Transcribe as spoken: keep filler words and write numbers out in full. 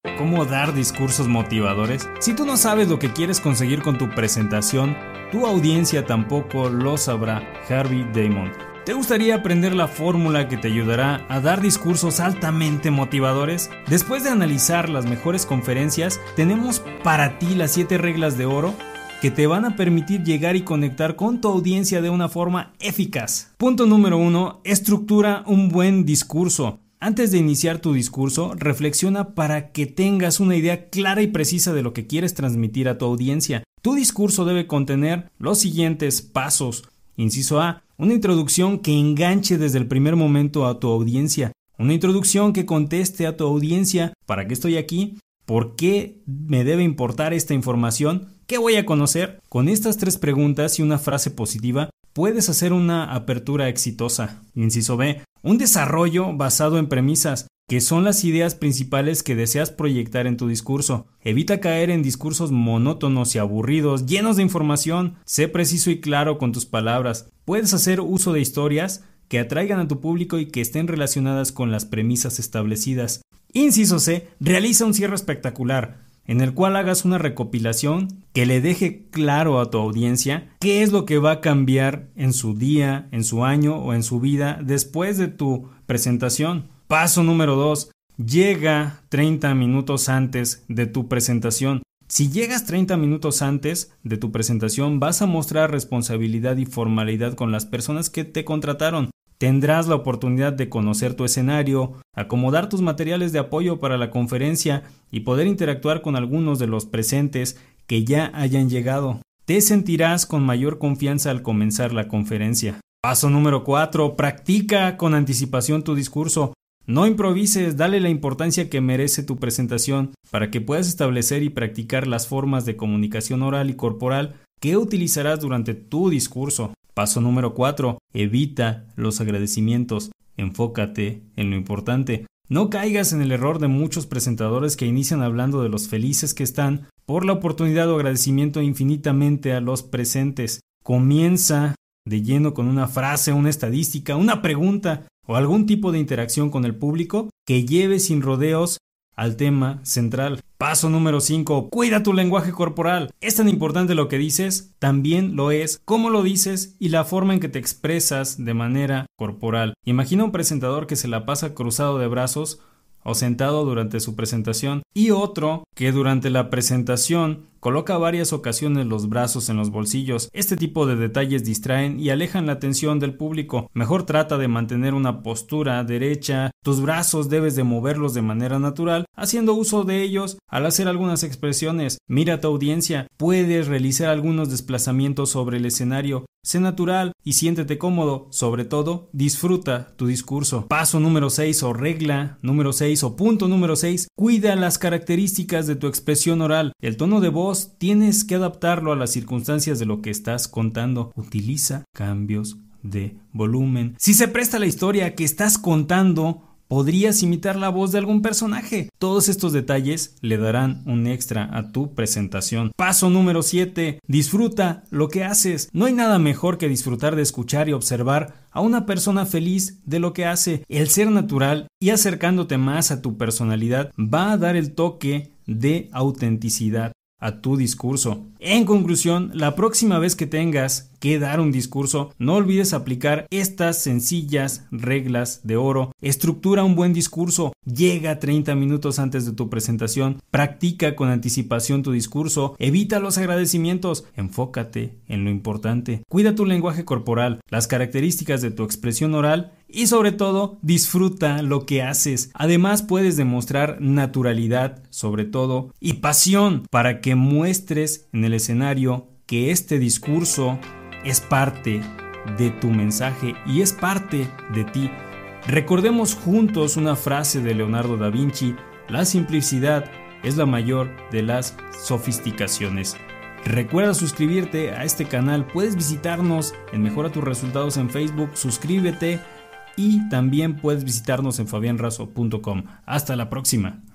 ¿Cómo dar discursos motivadores? Si tú no sabes lo que quieres conseguir con tu presentación, tu audiencia tampoco lo sabrá. Harvey Damon. ¿Te gustaría aprender la fórmula que te ayudará a dar discursos altamente motivadores? Después de analizar las mejores conferencias, tenemos para ti las siete reglas de oro que te van a permitir llegar y conectar con tu audiencia de una forma eficaz. Punto número uno, estructura un buen discurso. Antes de iniciar tu discurso, reflexiona para que tengas una idea clara y precisa de lo que quieres transmitir a tu audiencia. Tu discurso debe contener los siguientes pasos. Inciso A, una introducción que enganche desde el primer momento a tu audiencia. Una introducción que conteste a tu audiencia, ¿para qué estoy aquí? ¿Por qué me debe importar esta información? ¿Qué voy a conocer? Con estas tres preguntas y una frase positiva, puedes hacer una apertura exitosa. Inciso B, un desarrollo basado en premisas, que son las ideas principales que deseas proyectar en tu discurso. Evita caer en discursos monótonos y aburridos, llenos de información. Sé preciso y claro con tus palabras. Puedes hacer uso de historias que atraigan a tu público y que estén relacionadas con las premisas establecidas. Inciso C, realiza un cierre espectacular, en el cual hagas una recopilación que le deje claro a tu audiencia qué es lo que va a cambiar en su día, en su año o en su vida después de tu presentación. Paso número dos, llega treinta minutos antes de tu presentación. Si llegas treinta minutos antes de tu presentación, vas a mostrar responsabilidad y formalidad con las personas que te contrataron. Tendrás la oportunidad de conocer tu escenario, acomodar tus materiales de apoyo para la conferencia y poder interactuar con algunos de los presentes que ya hayan llegado. Te sentirás con mayor confianza al comenzar la conferencia. Paso número cuatro. Practica con anticipación tu discurso. No improvises, dale la importancia que merece tu presentación para que puedas establecer y practicar las formas de comunicación oral y corporal que utilizarás durante tu discurso. Paso número cuatro. Evita los agradecimientos. Enfócate en lo importante. No caigas en el error de muchos presentadores que inician hablando de los felices que están por la oportunidad o agradecimiento infinitamente a los presentes. Comienza de lleno con una frase, una estadística, una pregunta o algún tipo de interacción con el público que lleve sin rodeos al tema central. Paso número cinco. Cuida tu lenguaje corporal. Es tan importante lo que dices, también lo es cómo lo dices y la forma en que te expresas de manera corporal. Imagina un presentador que se la pasa cruzado de brazos o sentado durante su presentación y otro que durante la presentación coloca varias ocasiones los brazos en los bolsillos. Este tipo de detalles distraen y alejan la atención del público. Mejor trata de mantener una postura derecha. Tus brazos debes de moverlos de manera natural, haciendo uso de ellos al hacer algunas expresiones. Mira a tu audiencia. Puedes realizar algunos desplazamientos sobre el escenario. Sé natural y siéntete cómodo. Sobre todo, disfruta tu discurso. Paso número seis o regla número seis o punto número seis. Cuida las características de tu expresión oral. El tono de voz tienes que adaptarlo a las circunstancias de lo que estás contando. Utiliza cambios de volumen. Si se presta la historia que estás contando, podrías imitar la voz de algún personaje. Todos estos detalles le darán un extra a tu presentación. Paso número siete. Disfruta lo que haces. No hay nada mejor que disfrutar de escuchar y observar a una persona feliz de lo que hace. El ser natural y acercándote más a tu personalidad va a dar el toque de autenticidad a tu discurso. En conclusión, la próxima vez que tengas que dar un discurso, no olvides aplicar estas sencillas reglas de oro. Estructura un buen discurso, llega treinta minutos antes de tu presentación, practica con anticipación tu discurso, evita los agradecimientos, enfócate en lo importante, cuida tu lenguaje corporal, las características de tu expresión oral y sobre todo disfruta lo que haces. Además puedes demostrar naturalidad sobre todo y pasión para que muestres en el escenario que este discurso es parte de tu mensaje y es parte de ti. Recordemos juntos una frase de Leonardo da Vinci: la simplicidad es la mayor de las sofisticaciones. Recuerda suscribirte a este canal, puedes visitarnos en Mejora tus Resultados en Facebook, suscríbete y también puedes visitarnos en fabian razo punto com. Hasta la próxima.